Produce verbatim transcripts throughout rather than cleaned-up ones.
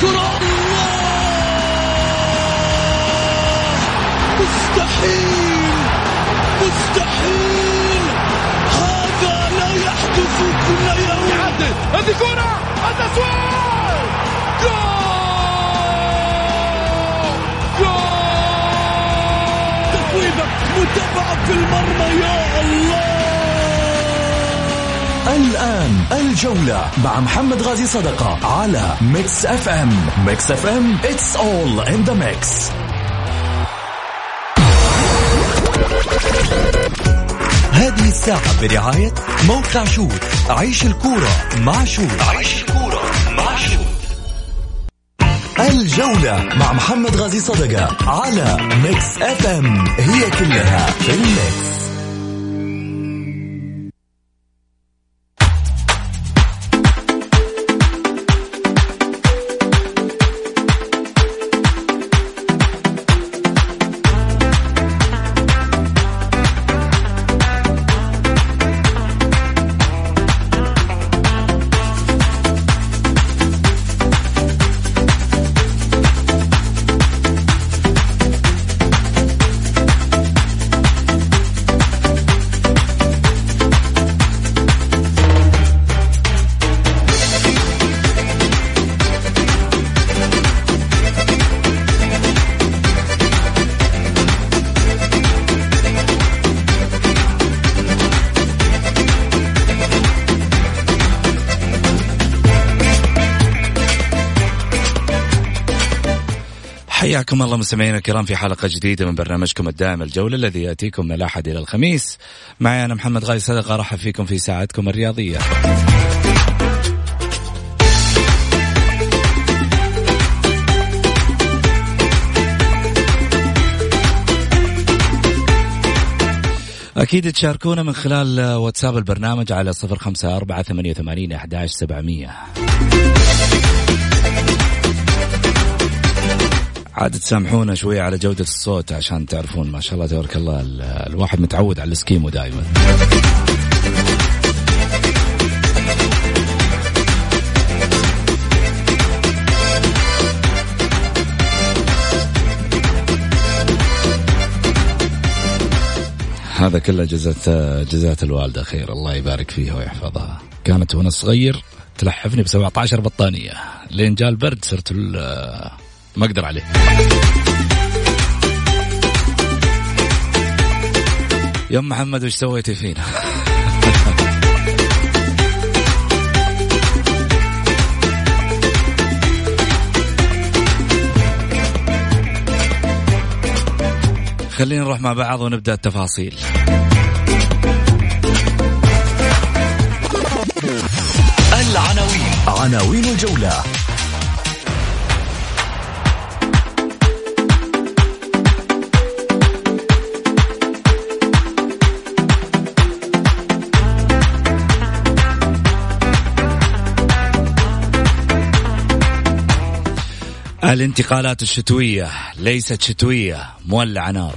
كرة مستحيل مستحيل هذا لا يحدث كل يوم. يعدل هذه كرة التسويق جول جول تسويبة متابعة في المرمى يا الله. الآن الجولة مع محمد غازي صدقة على ميكس اف ام. ميكس اف ام it's all in the mix. هذه الساعة برعاية موقع شوت. عيش الكورة مع شوت. عيش الكورة مع شوت. الجولة مع محمد غازي صدقة على ميكس اف ام. هي كلها في الميكس. حياكم الله مستمعينا الكرام في حلقة جديدة من برنامجكم الدائم الجولة الذي يأتيكم من الأحد إلى الخميس. معي أنا محمد غازي صدقة، أرحب فيكم في ساعتكم الرياضية. أكيد تشاركونا من خلال واتساب البرنامج على صفر خمسة أربعة ثمانية ثمانين أحد عشر سبعمية. عاد تسامحونا شوية على جودة الصوت عشان تعرفون ما شاء الله تبارك الله الواحد متعود على السكيمو دائما. هذا كله جزات جزات الوالدة خير، الله يبارك فيها ويحفظها. كانت وانا صغير تلحفني بسبعة عشر بطانية لين جاء البرد صرت ما أقدر عليه. يا محمد وش سويتي فينا؟ خلينا نروح مع بعض ونبدأ التفاصيل. العناوين عناوين الجولة. الانتقالات الشتوية ليست شتوية، مولع نار.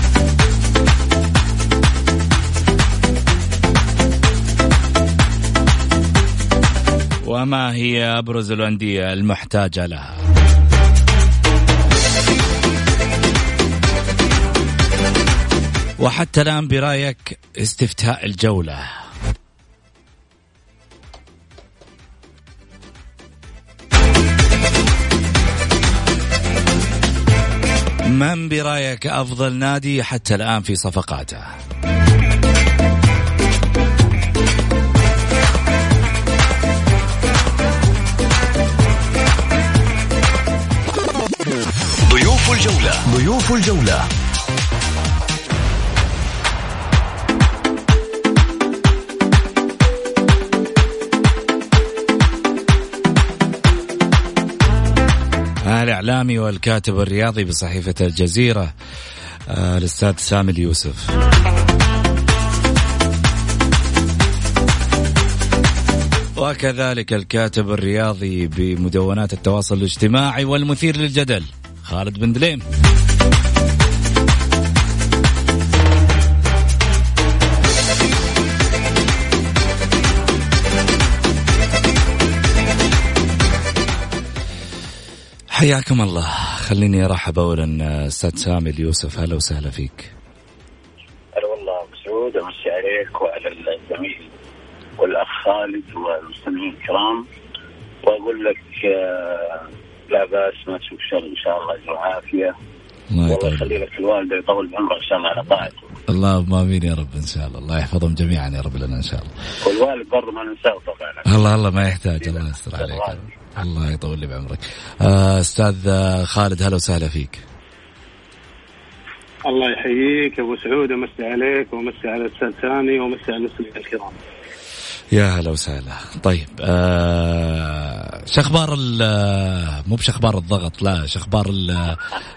وما هي أبرز الأندية المحتاجة لها؟ وحتى الآن برأيك استفتاء الجولة، من برأيك أفضل نادي حتى الآن في صفقاته؟ ضيوف الجولة ضيوف الجولة الإعلامي والكاتب الرياضي بصحيفة الجزيرة الأستاذ سامي اليوسف، وكذلك الكاتب الرياضي بمدونات التواصل الاجتماعي والمثير للجدل خالد بن دليم. حياكم الله. خليني ارحب اولا استاذ سامي اليوسف، هلا وسهلا فيك. هلا والله ابو سعود، امسي عليك وعلى الزميل والاخ خالد والمستمعين الكرام، واقول لك لا باس، ما تشوف شر ان شاء الله، يجزاك عافيه، الله يخلي لك الوالده ويطول بعمرك ان شاء الله على طاعته. اللهم امين يا رب ان شاء الله، الله يحفظهم جميعا يا رب لنا ان شاء الله. والوالد برضه ما ننساه طبعا. الله الله ما يحتاج، الله يستر عليك، الله يطول لي بعمرك. استاذ خالد هلا وسهلا فيك. الله يحييك ابو سعود، ومسي عليك ومسي على الاستاذ سامي ومسي على المسلمين الكرام. يا هلا وسهلا. طيب آه شخبار مو بشخبار الضغط، لا شخبار ال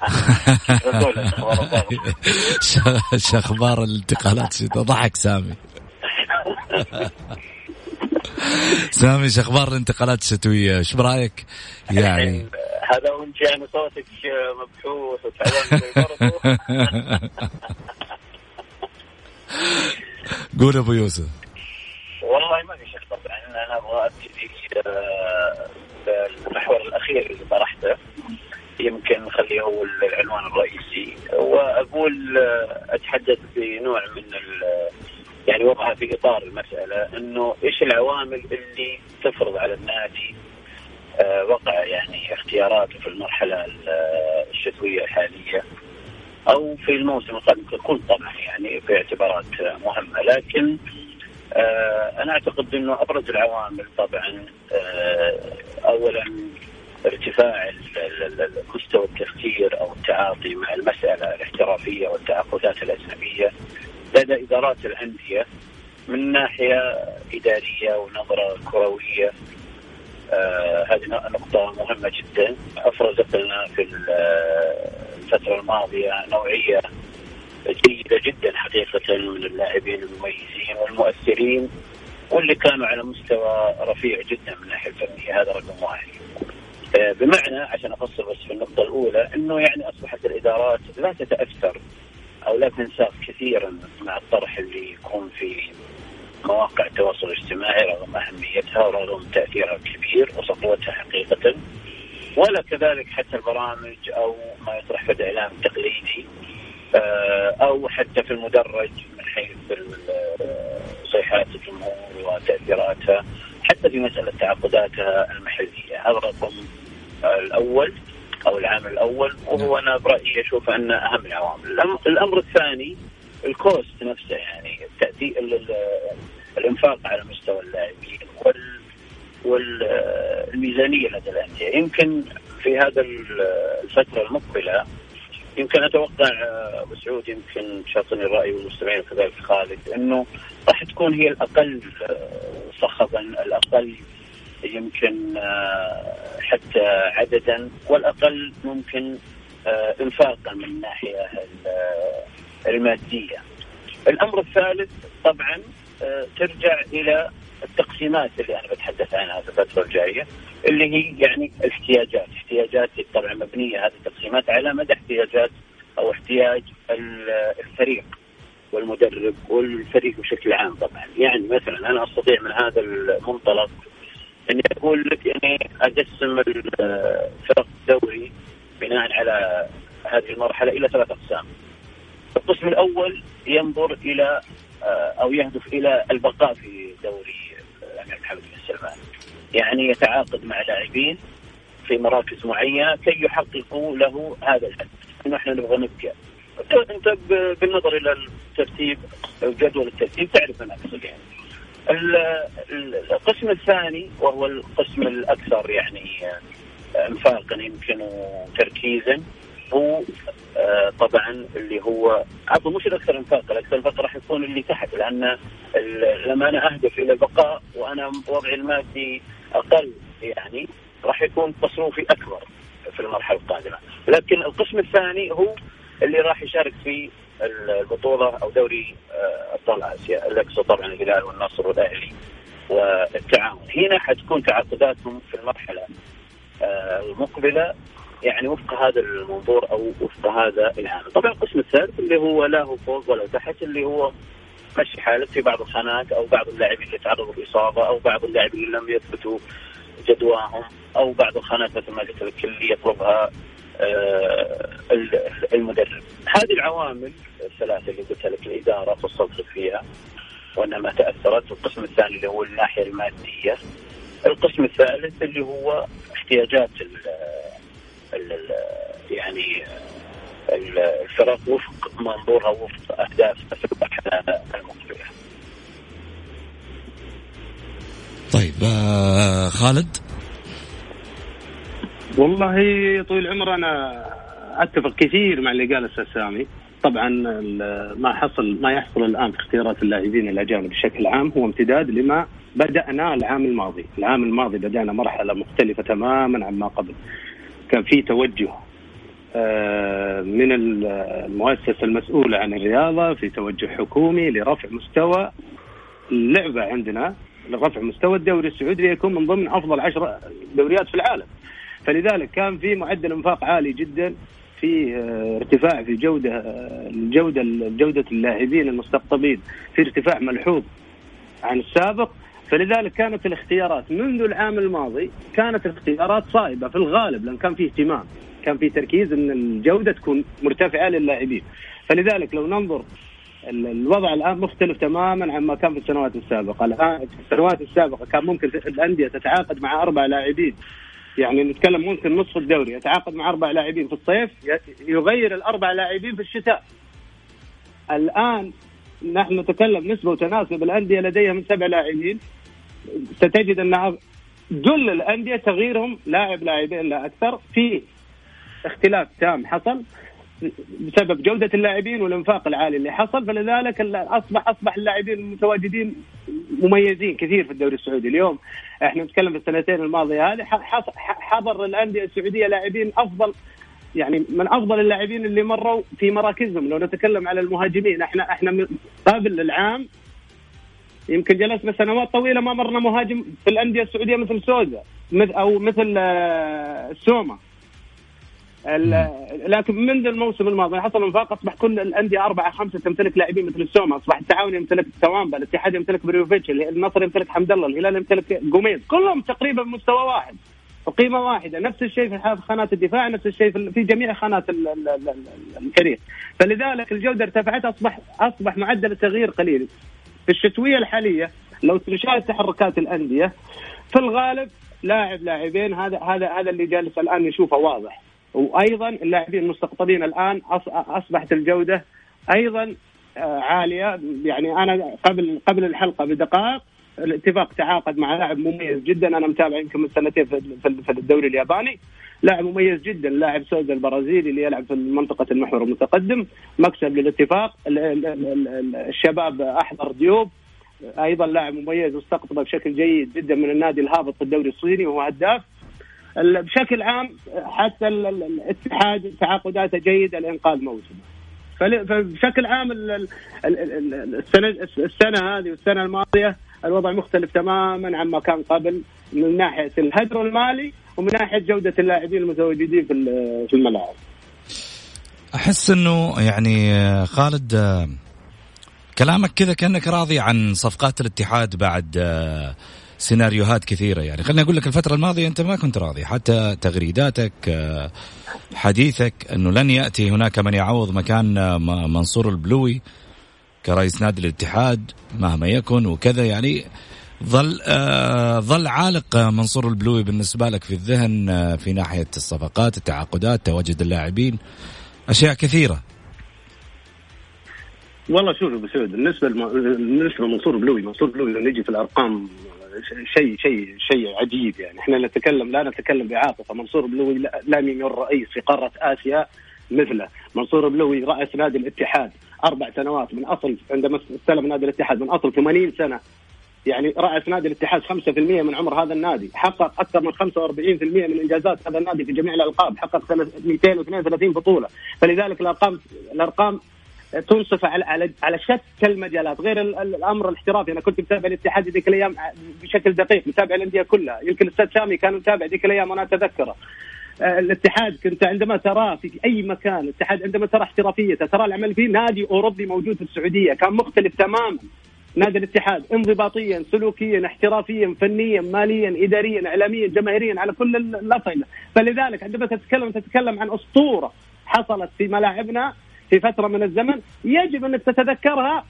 شخبار الانتقالات. ضحك سامي. سامي شخبار الانتقالات الشتوية ايش برايك؟ يعني هذا وانت يعني صوتك مبحوث وتعلم. قول ابو يوسف. والله ما في شك طبعا، انا ابغى ابتدي بالمحور الاخير اللي طرحته، يمكن نخليه هو العنوان الرئيسي، واقول اتحدث بنوع من يعني وضعها في اطار المساله، انه ايش العوامل اللي تفرض على النادي وقع يعني اختياراته في المرحله الشتويه الحاليه او في الموسم القادم ككل، طبعا يعني في اعتبارات مهمه. لكن أنا أعتقد أنه أبرز العوامل طبعا أولا ارتفاع مستوى التفكير أو التعاطي مع المسألة الاحترافية والتعاقدات الأجنبية لدى إدارات الأندية من ناحية إدارية ونظرة كروية. هذه نقطة مهمة جدا. أفرزت لنا في الفترة الماضية نوعية جيدة جدا حقيقة من اللاعبين المميزين والمؤثرين، واللي كانوا على مستوى رفيع جدا من الناحية الفنية. هذا رقم واحد. بمعنى عشان أفصل بس في النقطة الأولى، إنه يعني أصبحت الإدارات لا تتأثر أو لا تنساق كثيرا مع الطرح اللي يكون في مواقع التواصل الاجتماعي رغم أهميتها ورغم تأثيرها الكبير وسطوتها حقيقة، ولا كذلك حتى البرامج أو ما يطرح في الإعلام التقليدي أو حتى في المدرج من حيث صيحات الجمهور وتأثيراتها، حتى في مسألة تعاقداتها المحلية. هذا الرقم الأول أو العامل الأول، وهو أنا برأيي أشوف أنه أهم العوامل. الأمر الثاني الكوست نفسه، يعني التأثير الإنفاق على مستوى اللاعبين والميزانية لدى الأندية. يمكن في هذا الفترة المقبلة يمكن أتوقع أبو سعود، يمكن شاطني الرأي والمستمعين وكذلك خالد، أنه راح تكون هي الأقل صخبا، الأقل يمكن حتى عددا، والأقل ممكن إنفاقا من الناحية المادية. الأمر الثالث طبعا ترجع إلى التقسيمات اللي أنا بتحدث عنها في الفترة الجاية، اللي هي يعني الاحتياجات. احتياجات طبعا مبنية هذه التقسيمات على مدى احتياجات أو احتياج الفريق والمدرب والفريق بشكل عام. طبعا يعني مثلا أنا أستطيع من هذا المنطلق أن أقول لك يعني أقسم الفرق الدوري بناء على هذه المرحلة إلى ثلاث أقسام. القسم الأول ينظر إلى أو يهدف إلى البقاء في دوري الأمير محمد بن سلمان، يعني يتعاقد مع لاعبين في مراكز معينة كي يحققوا له هذا الهدف، إنه إحنا نبغى نبقى. أنت بالنظر إلى الترتيب أو جدول الترتيب تعرف أنا أقصد. يعني القسم الثاني وهو القسم الأكثر يعني انفاقا يمكن تركيزا، هو طبعا اللي هو عفوا مش الأكثر انفاقا، الأكثر انفاقا راح يكون اللي تحت، لأن لما أنا أهدف إلى البقاء وأنا وضعي المادي أقل يعني راح يكون تصرفي أكبر في المرحلة القادمة. لكن القسم الثاني هو اللي راح يشارك في البطولة أو دوري أبطال آسيا، اللي أقصد طبعا الهلال والنصر والأهلي والتعاون. هنا حتكون تعاقداتهم في المرحلة المقبلة يعني وفق هذا المنظور أو وفق هذا العامل. طبعا القسم الثالث اللي هو لا هو فوق ولا تحت، اللي هو مشي حالك في بعض الخانات أو بعض اللاعبين اللي تعرضوا لإصابة أو بعض اللاعبين اللي لم يثبتوا جدواهم أو بعض الخانات مثل ما قلت لك اللي يطلبها المدرب. هذه العوامل الثلاثة اللي قلت لك الإدارة تصدق فيها وأنها ما تأثرت. القسم الثاني اللي هو الناحية المادية. القسم الثالث اللي هو احتياجات ال ال يعني الفرق وفق منظورها وفق أهداف البحث المختلفة. طيب آه خالد. والله طويل العمر أنا أتفق كثير مع اللي قال أستاذ سامي. طبعا ما حصل ما يحصل الآن في اختيارات اللاعبين الأجانب بشكل عام هو امتداد لما بدأنا العام الماضي. العام الماضي بدأنا مرحلة مختلفة تماما عما قبل. كان في توجه من المؤسسة المسؤولة عن الرياضة في توجه حكومي لرفع مستوى اللعبة عندنا، لرفع مستوى الدوري السعودي ليكون من ضمن أفضل عشر دوريات في العالم. فلذلك كان في معدل انفاق عالي جدا، في ارتفاع في جودة الجودة جودة اللاعبين المستقطبين، في ارتفاع ملحوظ عن السابق. فلذلك كانت الاختيارات منذ العام الماضي كانت الاختيارات صائبة في الغالب، لأن كان في اهتمام، كان في تركيز أن الجودة تكون مرتفعة للاعبين. فلذلك لو ننظر الوضع الآن مختلف تماما عما كان في السنوات السابقة. الآن في السنوات السابقة كان ممكن الأندية تتعاقد مع أربع لاعبين، يعني نتكلم ممكن نصف الدوري يتعاقد مع أربع لاعبين في الصيف، يغير الأربع لاعبين في الشتاء. الآن نحن نتكلم نسبة وتناسب الأندية لديها من سبع لاعبين، ستجد أن جل الأندية تغييرهم لاعب لاعبين لا أكثر. في اختلاف تام حصل بسبب جودة اللاعبين والإنفاق العالي اللي حصل. فلذلك أصبح أصبح اللاعبين المتواجدين مميزين كثير في الدوري السعودي. اليوم احنا نتكلم في السنتين الماضية هذه حضر الأندية السعودية لاعبين أفضل، يعني من أفضل اللاعبين اللي مروا في مراكزهم. لو نتكلم على المهاجمين، احنا احنا قبل العام يمكن جلسنا سنوات طويلة ما مرنا مهاجم في الأندية السعودية مثل سوزا أو مثل السومة. لكن منذ الموسم الماضي حصل انفاق، أصبح كل الأندية أربعة خمسة تمتلك لاعبين مثل السومة، أصبح التعاون يمتلك توامبا، الاتحاد يمتلك بريوفيتش، النصر يمتلك حمد الله، الهلال يمتلك جوميز، كلهم تقريبا بمستوى واحد وقيمة واحدة. نفس الشيء في خانات الدفاع، نفس الشيء في جميع خانات الفريق. فلذلك الجودة ارتفعت، أصبح أصبح معدل التغيير قليل. في الشتوية الحالية لو تشاهد تحركات الأندية في الغالب لاعب لاعبين، هذا هذا هذا اللي جالس الآن نشوفه واضح. وأيضا اللاعبين المستقطبين الآن أصبحت الجودة أيضا عالية. يعني أنا قبل قبل الحلقة بدقائق الاتفاق تعاقد مع لاعب مميز جدا، أنا متابع يمكن من سنتين في الدوري الياباني، لاعب مميز جدا، لاعب سوزا البرازيلي اللي يلعب في منطقة المحور المتقدم، مكسب للاتفاق. الشباب أحضر ديوب أيضا لاعب مميز واستقطب بشكل جيد جدا من النادي الهابط في الدوري الصيني وهو هداف. بشكل عام حتى الاتحاد تعاقداته جيدة لإنقاذ موسم. فبشكل عام السنة السنة هذه والسنة الماضية الوضع مختلف تماما عما كان قبل، من ناحية الهدر المالي ومن ناحية جودة اللاعبين المتواجدين في الملاعب. أحس أنه يعني خالد كلامك كذا كأنك راضي عن صفقات الاتحاد بعد سيناريوهات كثيرة. يعني خليني أقول لك الفترة الماضية أنت ما كنت راضي، حتى تغريداتك حديثك أنه لن يأتي هناك من يعوض مكان منصور البلوي كرئيس نادي الاتحاد مهما يكن وكذا. يعني ظل آه ظل عالق منصور البلوي بالنسبة لك في الذهن آه في ناحية الصفقات، التعاقدات، تواجد اللاعبين، أشياء كثيرة. والله شوف أبو سعود، بالنسبة بالنسبة لمنصور البلوي، منصور البلوي لو نجي في الأرقام شيء شيء شيء عجيب. يعني احنا نتكلم لا نتكلم بعاطفة. منصور البلوي لم يكن رئيس في قارة آسيا مثله. منصور البلوي رأس نادي الاتحاد أربع سنوات من أصل، عندما استلم نادي الاتحاد من أصل ثمانين سنة، يعني رأس نادي الاتحاد خمسة في المئة من عمر هذا النادي، حقق أكثر من خمسة وأربعين في المئة من إنجازات هذا النادي في جميع الألقاب، حقق مئتين واثنين وثلاثين بطولة. فلذلك الأرقام الأرقام تنصف على على على شتى المجالات، غير الأمر الاحترافي. أنا كنت متابع الاتحاد ذيك الأيام بشكل دقيق، متابع الأندية كلها، يمكن الأستاذ سامي كان متابع ذيك الأيام وأنا أتذكره. الاتحاد كنت عندما تراه في أي مكان، الاتحاد عندما ترى احترافيته، ترى العمل فيه نادي أوروبي موجود في السعودية، كان مختلف تماما نادي الاتحاد انضباطيا، سلوكيا، احترافيا، فنيا، ماليا، إداريا، إعلاميا، جماهيريا، على كل الأصعدة. فلذلك عندما تتكلم تتكلم عن أسطورة حصلت في ملاعبنا في فترة من الزمن، يجب أن تتذكرها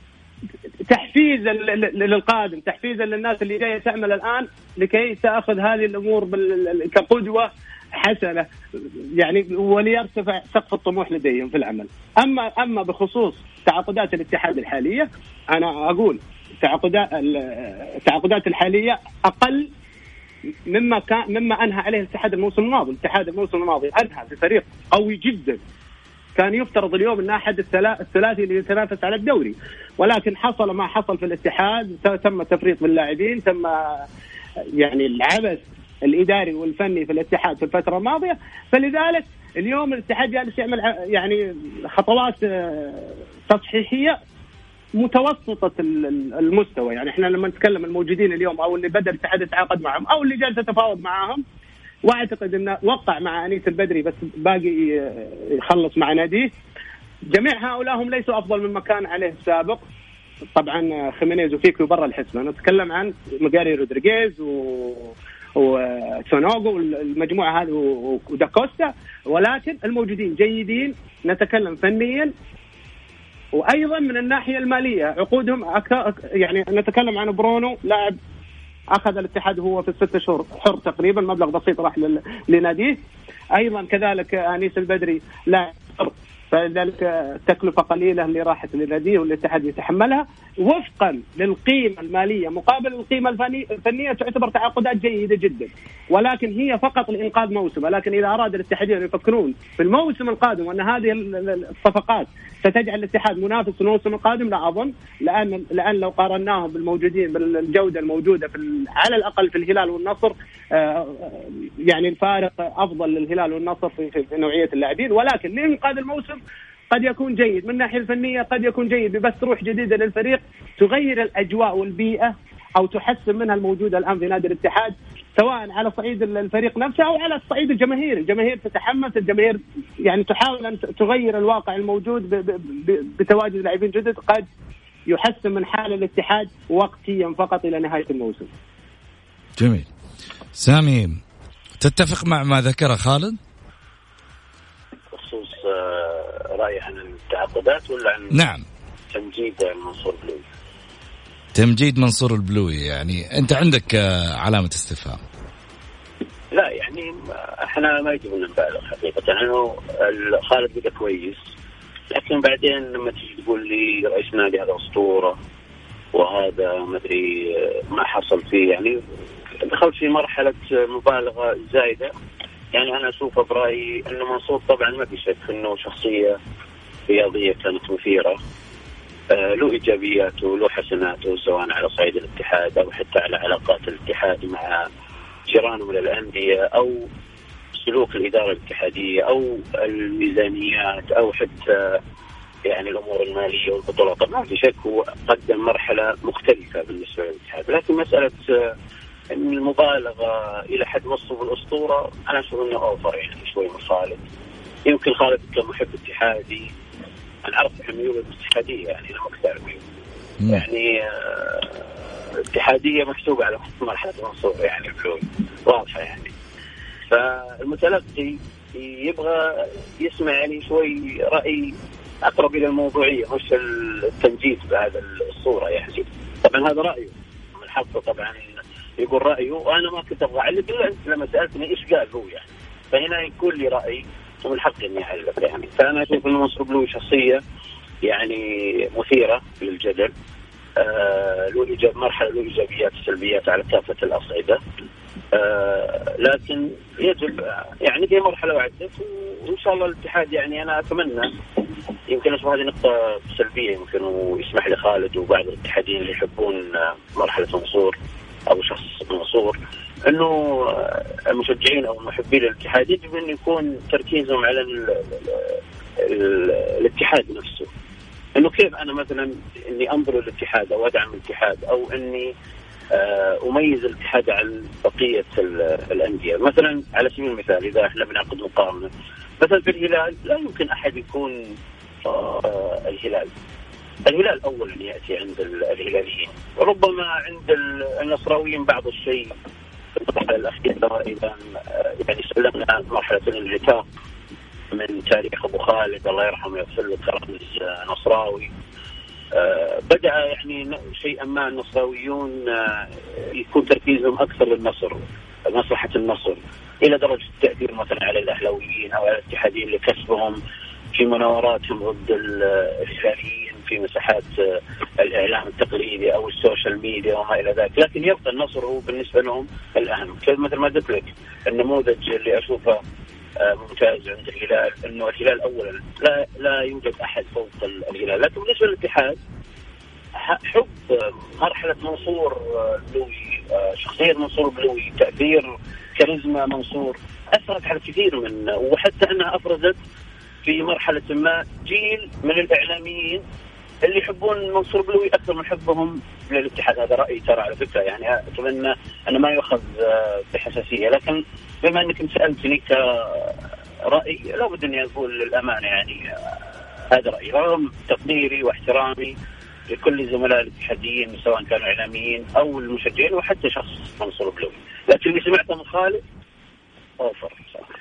تحفيزا للقادم، تحفيزا للناس اللي جاية تعمل الآن لكي تأخذ هذه الأمور كقدوة حسنة يعني، وليرتفع سقف الطموح لديهم في العمل. أما أما بخصوص تعاقدات الاتحاد الحالية، أنا أقول تعاقدات التعاقدات الحالية أقل مما كان مما أنهى عليه الاتحاد الموسم الماضي. الاتحاد الموسم الماضي أنهى بفريق قوي جدا، كان يفترض اليوم أن أحد الثلاثي اللي يتنافس على الدوري، ولكن حصل ما حصل في الاتحاد، تم تفريط باللاعبين، تم يعني العبث الإداري والفني في الاتحاد في الفترة الماضية. فلذلك اليوم الاتحاد جالس يعمل يعني خطوات تصحيحية متوسطة المستوى. يعني احنا لما نتكلم الموجودين اليوم أو اللي بدأ الاتحاد يتعاقد معهم أو اللي جالس يتفاوض معهم، واعتقد انه وقع مع أنيس البدري بس باقي يخلص مع ناديه، جميع هؤلاء هم ليسوا أفضل مما كان عليه السابق. طبعا خيمينيز وفيكو برا الحسبة، نتكلم عن مغاري رودريغيز و وسونوغو والمجموعة هذه وداكوستا، ولكن الموجودين جيدين. نتكلم فنيا وأيضا من الناحية المالية عقودهم أكثر. يعني نتكلم عن برونو، لاعب أخذ الاتحاد هو في الستة شهور حر تقريبا، مبلغ بسيط راح لناديه. أيضا كذلك أنيس البدري لاعب حر، فذلك تكلفة قليلة اللي راحت للنادي والاتحاد يتحملها وفقا للقيمة المالية مقابل القيمة الفنية. تعتبر تعاقدات جيدة جدا، ولكن هي فقط لإنقاذ موسم. لكن إذا أراد الاتحاد أن يفكرون في الموسم القادم وأن هذه الصفقات ستجعل الاتحاد منافس في الموسم القادم، لا أظن. لأن لأن لو قارناهم بالموجودين بالجودة الموجودة في على الأقل في الهلال والنصر، يعني الفارق أفضل للهلال والنصر في, في نوعية اللاعبين. ولكن لإنقاذ الموسم قد يكون جيد من الناحية الفنية، قد يكون جيد ببث روح جديدة للفريق تغير الأجواء والبيئة أو تحسن منها الموجودة الآن في نادي الاتحاد، سواء على صعيد الفريق نفسه أو على صعيد الجماهير. الجماهير تتحمس، الجماهير يعني تحاول أن تغير الواقع الموجود بتواجد لاعبين جدد قد يحسن من حال الاتحاد وقتيا فقط إلى نهاية الموسم. جميل. سامي، تتفق مع ما ذكر خالد بخصوص رأي عن التعاقدات ولا عن نعم تمجيد منصور البلوي؟ تمجيد منصور البلوي، يعني أنت عندك علامة استفهام. لا يعني احنا ما يجب أن نبالغ حقيقة، لأنه خالد بدا كويس، لكن بعدين لما تيجي تقول لي رئيس نادي هذا أسطورة وهذا ما أدري ما حصل فيه، يعني دخلت في مرحلة مبالغة زايدة. يعني أنا أشوف برأيي أن منصور طبعا ما في شك أنه شخصية رياضية كانت مثيرة، آه له إيجابياته له حسناته، سواء على صعيد الاتحاد أو حتى على علاقات الاتحاد مع جيرانه من الأندية أو سلوك الإدارة الاتحادية أو الميزانيات أو حتى يعني الأمور المالية والبطولات. ما في شك هو قدم مرحلة مختلفة بالنسبة للاتحاد، لكن مسألة آه إن المبالغة إلى حد وصفه بالأسطورة أنا أشوف إنه أوفر يعني شوي من خالد. يمكن خالد كمحب اتحادي أنا أعرف ميوله الاتحادية، يعني أنا مكتئب يعني آه اتحادية محسوبة على مرحلة منصور يعني بلوي واضحة يعني. فالمتلقي يبغى يسمع يعني شوي رأي أقرب إلى الموضوعية مش التمجيد بهذا الصورة يعني. طبعا هذا رأيه من حقه طبعا يقول رأيه، وأنا ما كنت أبغى أعلق إلا أنت لما سألتني إيش قال هو يعني، فهنا يكون لي رأي ومن حقي إني أعلق يعني. فأنا أشوف إنه منصور بلوي شخصية يعني مثيرة للجدل، آه له إيجاب مرحلة له إيجابيات وسلبيات على كافة الأصعدة، آه لكن يجب يعني دي مرحلة وعدت، وإن شاء الله الاتحاد يعني أنا أتمنى يمكن أشوف هذه نقطة سلبية يمكن ويسمح لي خالد وبعض الاتحاديين اللي يحبون مرحلة منصور أو شخص منصور إنه المشجعين أو المحبين للاتحاد يجب أن يكون تركيزهم على ال ال الاتحاد نفسه، إنه كيف أنا مثلا إني أنظر الاتحاد أو أدعم الاتحاد أو إني أميز الاتحاد عن بقية الأندية. مثلا على سبيل المثال إذا إحنا بنعقد مقارنة مثلا في الهلال، لا يمكن أحد يكون الهلال الهلال أولا يأتي عند الهلاليين، وربما عند النصراويين بعض الشيء في المرحلة الأخيرة إذا يعني سلمنا مرحلة الانعتاق من تاريخ أبو خالد الله يرحمه يغفر له كرمز نصراوي. أه بدأ يعني شيئا ما النصراويون أه يكون تركيزهم أكثر للنصر، مصلحة النصر، إلى درجة التأثير مثلا على الأهلاويين أو على الاتحاديين لكسبهم في مناوراتهم ضد الهلاليين في مساحات أه الإعلام التقليدي أو السوشيال ميديا وما إلى ذلك. لكن يبقى النصر هو بالنسبة لهم الأهم. مثل ما قلت لك النموذج اللي أشوفه ممتاز عند الهلال انه الهلال اولا لا لا يوجد احد فوق الهلال، لكن بالنسبه للاتحاد حب مرحله منصور بلوي، شخصيه منصور بلوي، تاثير كاريزما منصور اثرت على كثير من، وحتى انها افرزت في مرحله ما جيل من الاعلاميين اللي يحبون منصور بلوي اكثر من حبهم للاتحاد. هذا رايي ترى على فكره، يعني اتمنى انه ما يؤخذ بحساسيه، لكن بما انك سالتني كراي لابد اني اقول للامانه يعني هذا رايي، رغم تقديري واحترامي لكل زملاء الاتحاديين سواء كانوا اعلاميين او المشجعين وحتى شخص منصور بلوي، لكن اللي سمعته من خالد اوفر صراحه.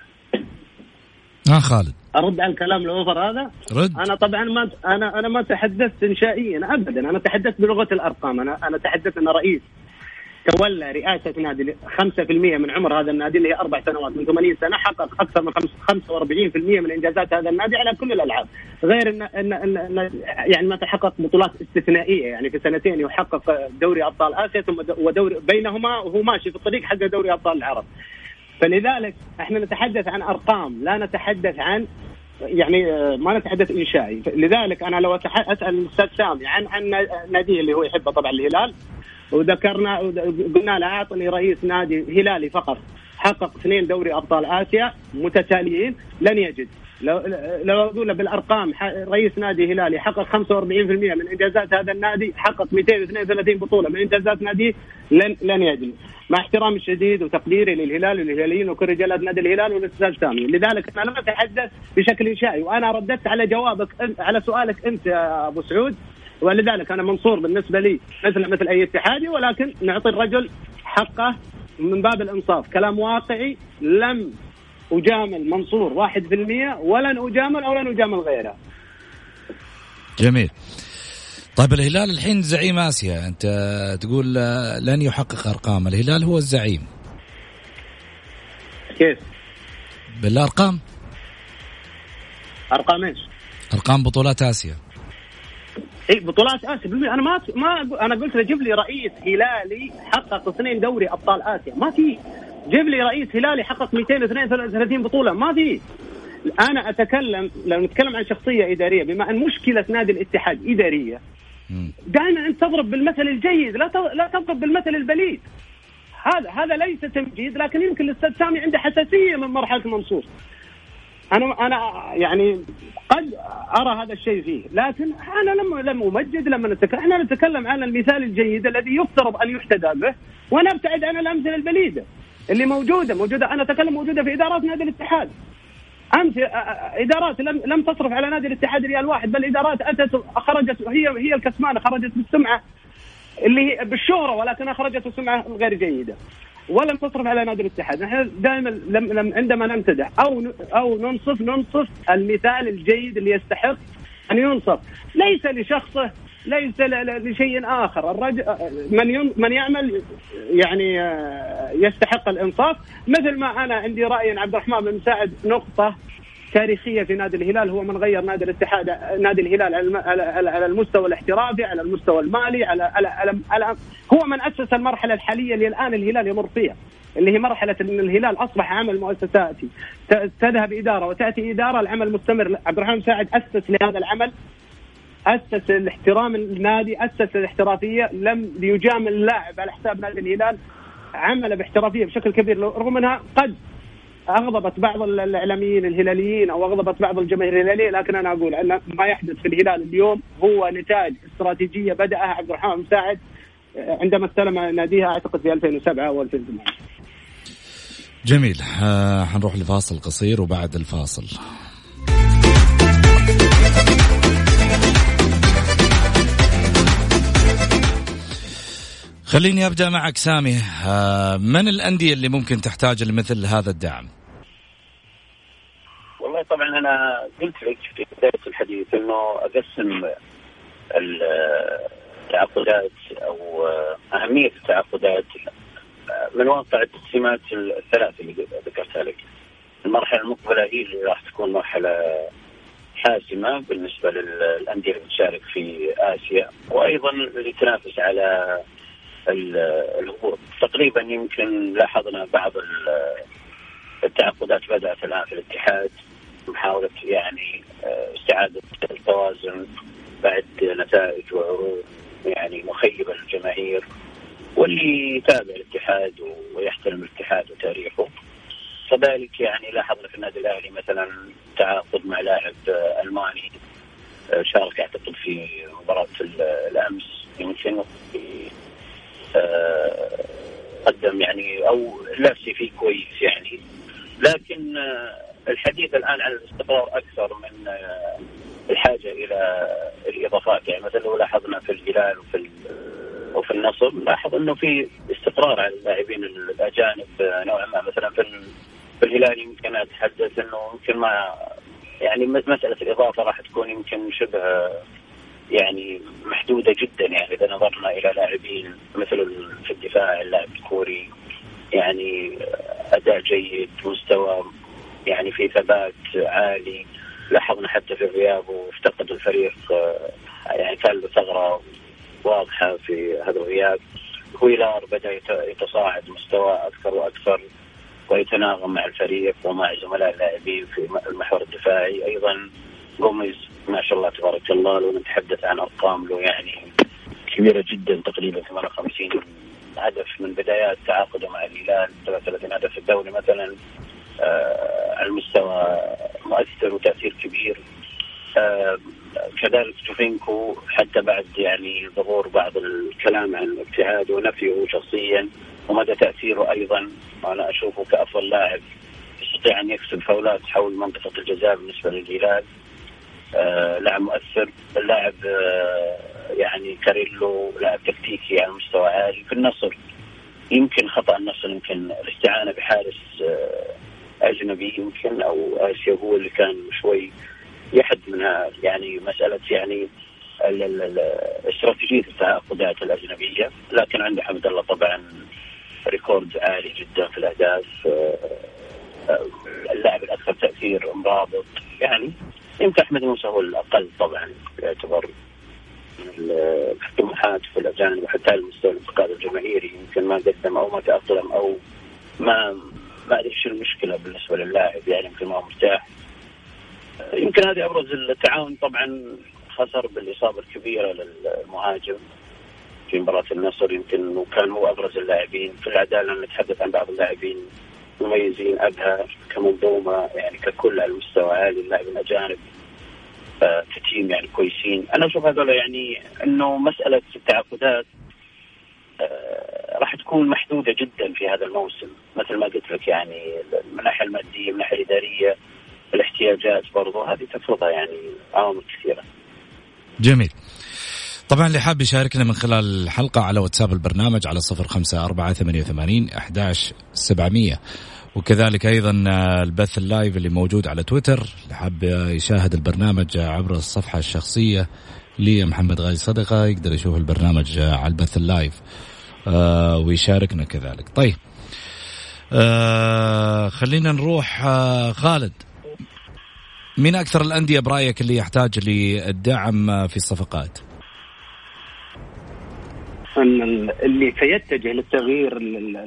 ها خالد أرد على الكلام الأوفر هذا؟ رد. أنا طبعا ما أنا أنا ما تحدثت إنشائيا أبدا، أنا تحدثت بلغة الأرقام. أنا أنا تحدثت أن رئيس تولى رئاسة نادي خمسة بالمئة من عمر هذا النادي اللي هي أربع سنوات من ثمانين سنة، حقق أكثر من خمسة وأربعين بالمئة من إنجازات هذا النادي على كل الألعاب، غير إن إن, إن, إن يعني ما تحقق بطولات استثنائية، يعني في سنتين يحقق دوري أبطال آسيا ثم ودوري بينهما وهو ماشي في الطريق حق دوري أبطال العرب. فلذلك احنا نتحدث عن أرقام لا نتحدث عن يعني ما نتحدث إنشائي. لذلك أنا لو أسأل الأستاذ سامي عن عن ناديه اللي هو يحبه طبعا الهلال، وذكرنا قلنا له أعطني رئيس نادي هلالي فقط حقق اثنين دوري أبطال آسيا متتاليين لن يجد. لو لو أقول بالأرقام رئيس نادي هلالي حقق خمسة وأربعين بالمئة من إنجازات هذا النادي، حقق مئتين واثنين وثلاثين بطولة من إنجازات نادي، لن لن يجد. مع احترامي الشديد وتقديري للهلال والهلاليين وكل رجالات نادي الهلال والأستاذ سامي، لذلك أنا لم أتحدث بشكل إنشائي، وأنا رددت على جوابك على سؤالك أنت يا أبو سعود. ولذلك أنا منصور بالنسبة لي مثل مثل أي اتحادي، ولكن نعطي الرجل حقه من باب الإنصاف. كلام واقعي، لم أجامل منصور واحد في المية ولن أجامل أو لن أجامل غيره. جميل. طيب الهلال الحين زعيم آسيا، أنت تقول لن يحقق أرقام، الهلال هو الزعيم كيف؟ بالأرقام. أرقام إيش؟ أرقام بطولات آسيا. إيه بطولات آسيا. أنا ما ما أنا قلت له جيب لي رئيس هلالي حقق اثنين دوري أبطال آسيا، ما في. جيب لي رئيس هلالي حقق مئتين واثنين وثلاثين بطولة، ما في. أنا أتكلم لو نتكلم عن شخصية إدارية، بما أن مشكلة نادي الاتحاد إدارية، دائما أنت تضرب بالمثل الجيد لا لا تضرب بالمثل البليد. هذا هذا ليس تمجيد، لكن يمكن الأستاذ سامي عنده حساسية من مرحلة منصور. أنا أنا يعني قد أرى هذا الشيء فيه، لكن أنا لم لم أمجد. لما نتكلم احنا نتكلم عن المثال الجيد الذي يفترض أن يحتذى به، ونبتعد عن الأمثلة البليدة اللي موجودة موجودة أنا أتكلم موجودة في إدارات نادي الاتحاد. أمس إدارات لم لم تصرف على نادي الاتحاد ريال واحد، بل إدارات أتت خرجت هي هي الكسمانة، خرجت بالسمعة اللي هي بالشهرة، ولكنها خرجت بالسمعة غير جيدة، ولم تصرف على نادي الاتحاد. نحن دائما لم لم عندما نمتدح أو أو ننصف ننصف المثال الجيد اللي يستحق أن ينصف، ليس لشخصه، ليس لشيء آخر. الرجل من من يعمل يعني يستحق الإنصاف. مثل ما أنا عندي رأي عبد الرحمن بن مساعد نقطة تاريخية في نادي الهلال، هو من غير نادي الاتحاد نادي الهلال على المستوى الاحترافي، على المستوى المالي، على على, على, على هو من أسس المرحلة الحالية اللي الآن الهلال يمر فيها، اللي هي مرحلة أن الهلال أصبح عمل مؤسساتي، تذهب إدارة وتأتي إدارة، العمل مستمر. عبد الرحمن مساعد أسس لهذا العمل، أسس الاحترام النادي، أسس الاحترافية، لم يجامل اللاعب على حساب نادي الهلال، عمل باحترافية بشكل كبير، رغم أنها قد أغضبت بعض الإعلاميين الهلاليين أو أغضبت بعض الجماهير الهلالية، لكن أنا أقول أن ما يحدث في الهلال اليوم هو نتاج استراتيجية بدأها عبد الرحمن مساعد عندما استلم ناديها أعتقد في ألفين وسبعة أو ألفين وثمانية. جميل. آه حنروح لفاصل قصير وبعد الفاصل خليني أبدأ معك سامي. من الأندية اللي ممكن تحتاج لمثل هذا الدعم؟ والله طبعا أنا قلت لك في بداية الحديث أنه أقسم التعاقدات أو أهمية التعاقدات من واقع التقسيمات الثلاث اللي ذكرتها لك. المرحلة المقبلة هي اللي راح تكون مرحلة حاسمة بالنسبة للأندية اللي بتشارك في آسيا، وأيضا اللي تنافس على الهبوط. تقريبا يمكن لاحظنا بعض التعاقدات بدأت الآن في الاتحاد، محاولة يعني استعادة التوازن بعد نتائج وعروض يعني مخيبة للجماهير، واللي يتابع الاتحاد ويحترم الاتحاد وتاريخه. كذلك يعني لاحظنا في النادي الأهلي مثلا تعاقد مع لاعب ألماني شارك أعتقد في مباراة الأمس، يمكن قدم يعني أو لابسي فيه كويس يعني. لكن الحديث الآن عن الاستقرار أكثر من الحاجة إلى الإضافات. يعني مثلا لو لاحظنا في الهلال وفي وفي النصر لاحظ أنه في استقرار على اللاعبين الأجانب نوعا ما. مثلا في في الهلال يمكن أتحدث أنه يمكن ما يعني مسألة الإضافة راح تكون يمكن شبه يعني محدودة جدا. يعني إذا نظرنا إلى لاعبين مثل في الدفاع اللاعب الكوري يعني أداء جيد، مستوى يعني في ثبات عالي. لاحظنا حتى في الغياب وافتقد الفريق يعني كان له ثغرة واضحة في هذا الغياب. هويلار بدأ يتصاعد مستوى أكثر وأكثر ويتناغم مع الفريق ومع زملاء اللاعبين في المحور الدفاعي. أيضا غوميز ما شاء الله تبارك الله، لو نتحدث عن أرقام له يعني كبيرة جدا، تقريبا ثمانية وخمسين هدف من بدايات تعاقده مع الهلال، ثلاثة وثلاثين هدف في الدوري مثلا. آه على المستوى مؤثر وتأثير كبير. آه كذلك جوفينكو حتى بعد يعني ظهور بعض الكلام عن ابتعاده ونفيه شخصيا ومدى تأثيره، أيضا أنا أشوفه كأفضل لاعب يستطيع أن يكسب فاولات حول منطقة الجزاء بالنسبة للهلال. آه لاعب مؤثر. اللاعب آه يعني كاريلو لاعب تكتيكي على مستوى عالي. في النصر يمكن خطأ النصر يمكن الاستعانة بحارس آه أجنبي يمكن أو آسيا هو اللي كان شوي يحد منها يعني مسألة يعني استراتيجية التعاقدات الأجنبية. لكن عنده حمد الله طبعا ريكورد عالي جدا في الأهداف. اللاعب الأكثر تأثير مرابط يعني. يمكن أحمد موسى هو الأقل طبعا يعتبر الطموحات في الأجانب وحتى المستوى الانتقاد الجماهيري يمكن ما قدم أو ما تأقلم أو ما ما أدري شو المشكلة بالنسبة للاعب يعني يمكن ما مرتاح. يمكن هذه أبرز التعاون. طبعا خسر بالإصابة الكبيرة للمهاجم في مباراة النصر، يمكن وكان هو أبرز اللاعبين في العدالة. نتحدث عن بعض اللاعبين مميزين أبها كمنظومة يعني ككل على المستوى عالي. اللاعبين الأجانب كتيم يعني كويسين. أنا أشوف هذول يعني أنه مسألة التعاقدات راح تكون محدودة جدا في هذا الموسم مثل ما قلت لك يعني من الناحية المادية من الناحية الإدارية الاحتياجات برضو هذه تفرضها يعني عوامل كثيرة. جميل. طبعا اللي حاب يشاركنا من خلال الحلقة على واتساب البرنامج على صفر خمسة أربعة ثمانية وثمانين أحد عشر سبعمية، وكذلك أيضا البث اللايف اللي موجود على تويتر. اللي حاب يشاهد البرنامج عبر الصفحة الشخصية لي محمد غازي صدقة يقدر يشوف البرنامج على البث اللايف آه ويشاركنا كذلك. طيب آه خلينا نروح آه خالد، مين أكثر الأندية برأيك اللي يحتاج للدعم في الصفقات؟ اللي سيتجه للتغيير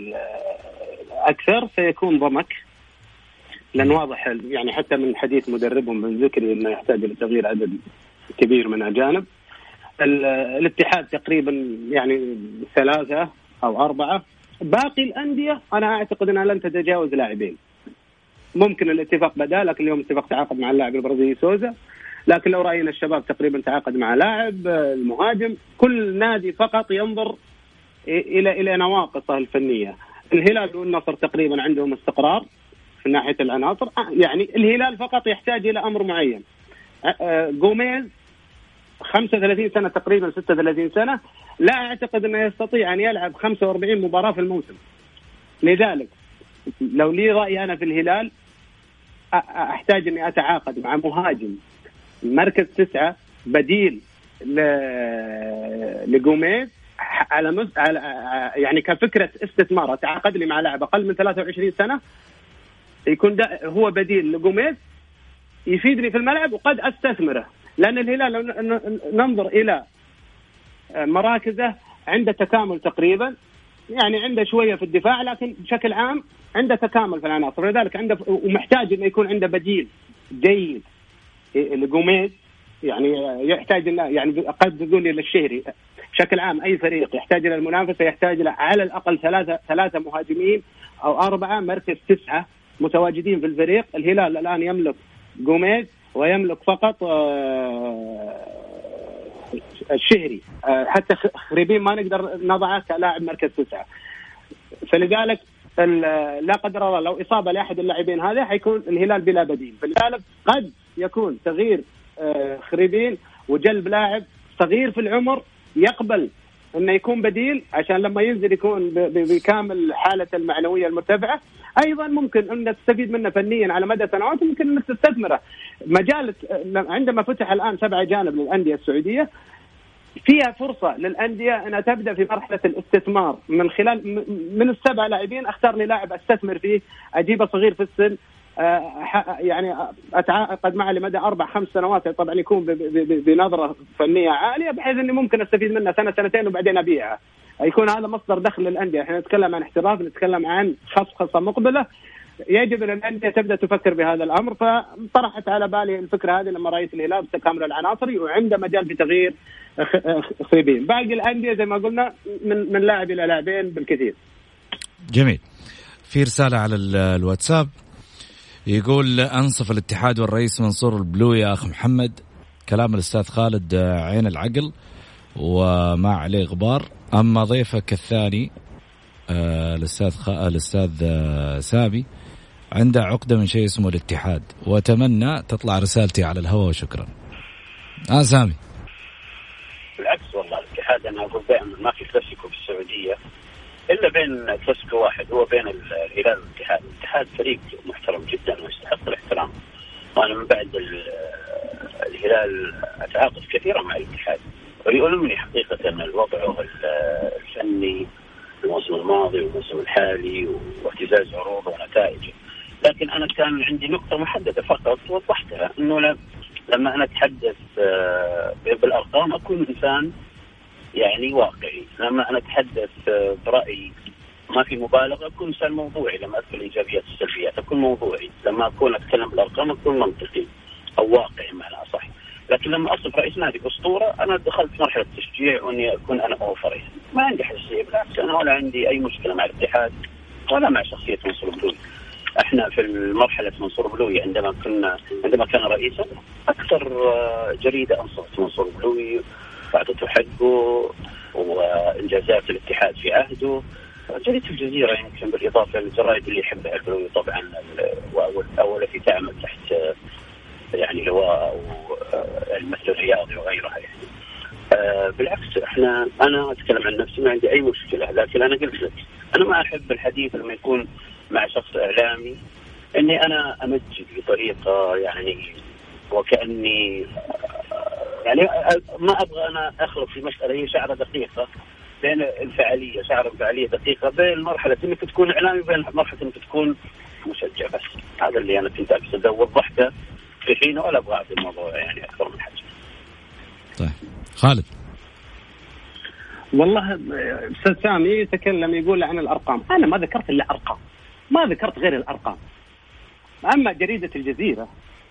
أكثر سيكون ضمك، لأن واضح يعني حتى من حديث مدربهم بن ذكري أنه يحتاج لتغيير عدد كبير من أجانب. الاتحاد تقريبا يعني ثلاثة أو أربعة. باقي الأندية أنا أعتقد أنها لن تتجاوز لاعبين. ممكن الاتفاق بدأ، لكن اليوم اتفاق تعاقد مع اللاعب البرازيلي سوزا. لكن لو رأينا الشباب تقريبا تعاقد مع لاعب المهاجم. كل نادي فقط ينظر إلى إلى نواقصه الفنية. الهلال والنصر تقريبا عندهم استقرار في ناحية العناصر. يعني الهلال فقط يحتاج إلى أمر معين. غوميز خمسة وثلاثين سنة تقريبا ستة وثلاثين سنة، لا أعتقد أنه يستطيع أن يلعب خمسة وأربعين مباراة في الموسم. لذلك لو لي رأي أنا في الهلال أحتاج أني أتعاقد مع مهاجم مركز تسعة بديل لجوميز على مز... على يعني كفكرة استثمار. أتعاقد لي مع لاعب أقل من ثلاثة وعشرين سنة يكون هو بديل لجوميز يفيدني في الملعب وقد أستثمره، لأن الهلال لو ننظر إلى مراكزه عنده تكامل تقريبا، يعني عنده شوية في الدفاع لكن بشكل عام عنده تكامل في العناصر، لذلك عنده ومحتاج إنه يكون عنده بديل جيد لجوميز. يعني يحتاج إنه يعني قد تقول لي للشهري بشكل عام أي فريق يحتاج إلى المنافسة يحتاج إلى على الأقل ثلاثة ثلاثة مهاجمين أو أربعة مركز تسعة متواجدين في الفريق. الهلال الآن يملك جوميز ويملك فقط الشهري، حتى خريبين ما نقدر نضعه كلاعب مركز تسعة. فلذلك لا قدر الله لو إصابة لأحد اللاعبين هذا حيكون الهلال بلا بديل. فلذلك قد يكون تغيير خريبين وجلب لاعب صغير في العمر يقبل انه يكون بديل عشان لما ينزل يكون بكامل حالة المعنوية المرتفعة. ايضا ممكن ان تستفيد منه فنيا على مدى سنوات، ممكن انك تستثمره. مجال عندما فتح الان سبعة جانب للأندية السعودية فيها فرصة للأندية أنها تبدأ في مرحلة الاستثمار من خلال من السبع لاعبين اختار لي لاعب استثمر فيه، اجيبه صغير في السن، يعني أتعاقد معه لمدى أربع خمس سنوات، طبعا يكون بنظرة فنية عالية بحيث أني ممكن أستفيد منه سنة سنتين وبعدين أبيعه، يكون هذا مصدر دخل للأندية. احنا نتكلم عن احتراف، نتكلم عن خصخصة مقبلة، يجب أن الأندية تبدأ تفكر بهذا الأمر. فطرحت على بالي الفكرة هذه لما رأيت الهلال تكامل العناصر وعنده مجال في تغيير خريبين. باقي الأندية زي ما قلنا من من لاعب إلى لاعبين بالكثير. جميل. في رسالة على الواتساب يقول أنصف الاتحاد والرئيس منصور البلو يا أخ محمد، كلام الأستاذ خالد عين العقل وما عليه غبار. أما ضيفك الثاني الأستاذ خ... الأستاذ سامي عنده عقدة من شيء اسمه الاتحاد، وأتمنى تطلع رسالتي على الهواء وشكرا. آه سامي. بالعكس والله الاتحاد أنا أقول دائما ما في كلاسيكو في السعودية إلا بين كلاسيكو واحد هو بين الهلال والاتحاد. الاتحاد فريق محترم جدا ويستحق الاحترام، وأنا من بعد الهلال أتعاقد كثيرا مع الاتحاد، ويؤلمني حقيقة أن الوضع الفني الموسم الماضي والموسم الحالي واهتزاز عروضه ونتائجه. لكن أنا كان عندي نقطة محددة فقط وضحتها، إنه لما أنا أتحدث بالأرقام أكون إنسان يعني واقعي، لما أنا أتحدث برأيي ما في مبالغة أكون إنسان موضوعي، لما أذكر الإيجابيات والسلبيات أكون موضوعي، لما أكون أتكلم بالأرقام أكون منطقي أو واقعي معنى أصح. لكن لما أصف رئيس نادي أسطورة أنا دخلت مرحلة تشجيع وإني أكون أنا أوفر، ما عندي حساسية بالعكس، أنا ولا عندي أي مشكلة مع الاتحاد ولا مع شخصية منصور بلوي. احنا في المرحلة منصور بلوي عندما كنا عندما كان رئيسا أكثر جريدة أنصفت منصور بلوي وأعطته حقه وإنجازات الاتحاد في عهده. جريدة الجزيرة يمكن بالإضافة للجرائد اللي يحبها البلوي طبعا، أول التي تعمل تحت يعني لواء المثل الرياضي وغيرها يعني. أه بالعكس احنا انا اتكلم عن نفسي ما عندي اي مشكله، لكن انا قلت لك انا ما احب الحديث لما يكون مع شخص اعلامي اني انا امجد بطريقه يعني وكاني يعني ما ابغى انا اخلط في مساله هي شعره دقيقه بين الفعاليه شعره فعاليه دقيقه بين مرحله انك تكون اعلامي وبين مرحله انك تكون مشجع. بس هذا اللي انا كنت اقصد ووضحته في حين ولا أبغى في الموضوع يعني أكثر من حجم. طيب خالد. والله أستاذ سامي يتكلم يقول عن الأرقام، أنا ما ذكرت إلا أرقام، ما ذكرت غير الأرقام. أما جريدة الجزيرة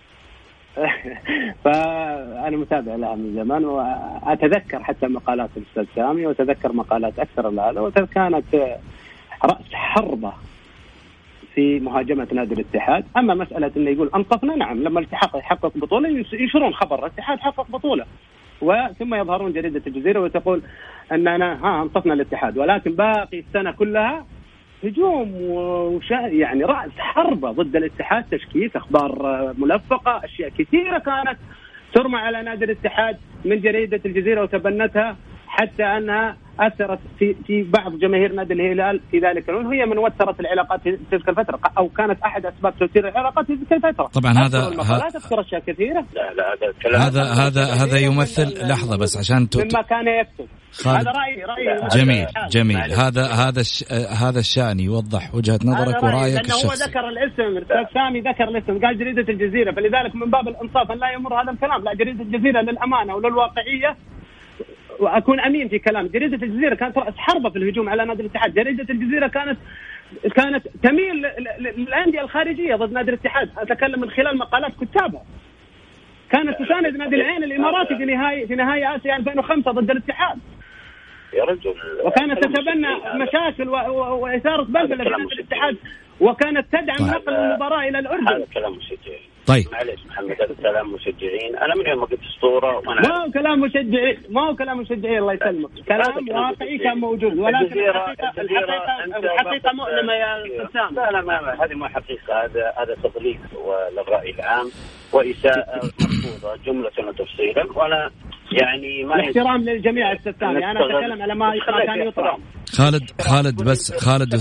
فأنا متابع لها من زمان وأتذكر حتى مقالات الأستاذ سامي وأتذكر مقالات أكثر من هذا، وكانت رأس حربة في مهاجمة نادي الاتحاد. أما مسألة إنه يقول أنقذنا، نعم لما الاتحاد يحقق بطولة ينشرون خبر الاتحاد حقق بطولة وثم يظهرون جريدة الجزيرة وتقول أننا ها أنقذنا الاتحاد، ولكن باقي السنة كلها هجوم وشا يعني رأس حربة ضد الاتحاد، تشكيك، أخبار ملفقة، أشياء كثيرة كانت ترمى على نادي الاتحاد من جريدة الجزيرة وتبنتها، حتى أنها أثرت في في بعض جماهير نادي الهلال في ذلك الوقت، وهي من وترت العلاقات في تلك الفترة، أو كانت أحد أسباب توتير العلاقات في تلك الفترة. طبعا هذا المقالات أذكر أشياء كثيرة. لا لا هذا الكلام هذا هذا هذا يمثل لحظة بس عشان ت... مما كان يكتب. هذا رأيي رأيي جميل جميل. هذا هذا الش... هذا الشأن يوضح وجهة نظرك ورأيك الشخصي. هو ذكر الاسم، سامي ذكر الاسم، قال جريدة الجزيرة، فلذلك من باب الإنصاف أن لا يمر هذا الكلام. لا، جريدة الجزيرة للأمانة وللواقعية، وأكون أمين في كلام، جريدة الجزيرة كانت رأس حربة في الهجوم على نادي الاتحاد. جريدة الجزيرة كانت كانت تميل للأندية الخارجية ضد نادي الاتحاد، أتكلم من خلال مقالات كتابها. كانت تساند نادي العين الإماراتي في نهاية في نهاية آسيا ألفين وخمسة ضد الاتحاد يا رجل، وكانت تتبنى مشاكل وإثارة بلبلة في نادي الاتحاد، وكانت تدعم نقل المباراة إلى الأردن. هذا كلام مشجعين. طيب معلش محمد، هذا كلام مشجعين. أنا من يوم ما قلت أسطورة ما هو كلام مشجعين، ما هو كلام مشجعين، الله يسلمك، كلام واقعي كان موجود، ولكن الحقيقة الحقيقة الحقيقة مؤلمة يا سام. لا لا ما هذه ما حقيقة، هذا هذا تضليل للرأي العام وإساءة مرفوضة جملة وتفصيلا، ولا يعني ما احترام للجميع السامي. أنا أتكلم على ما كان يطرح. خالد خالد بس خالد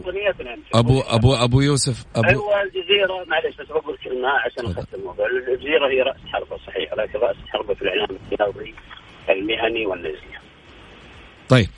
أبو أبو أبو يوسف أبو أيوة الجزيرة، معلش بس بقول كلمة عشان أخذ الموضوع. الجزيرة هي رأس حربة صحيح، لكن رأس حربة في الإعلام الرياضي المهني والنزلي. طيب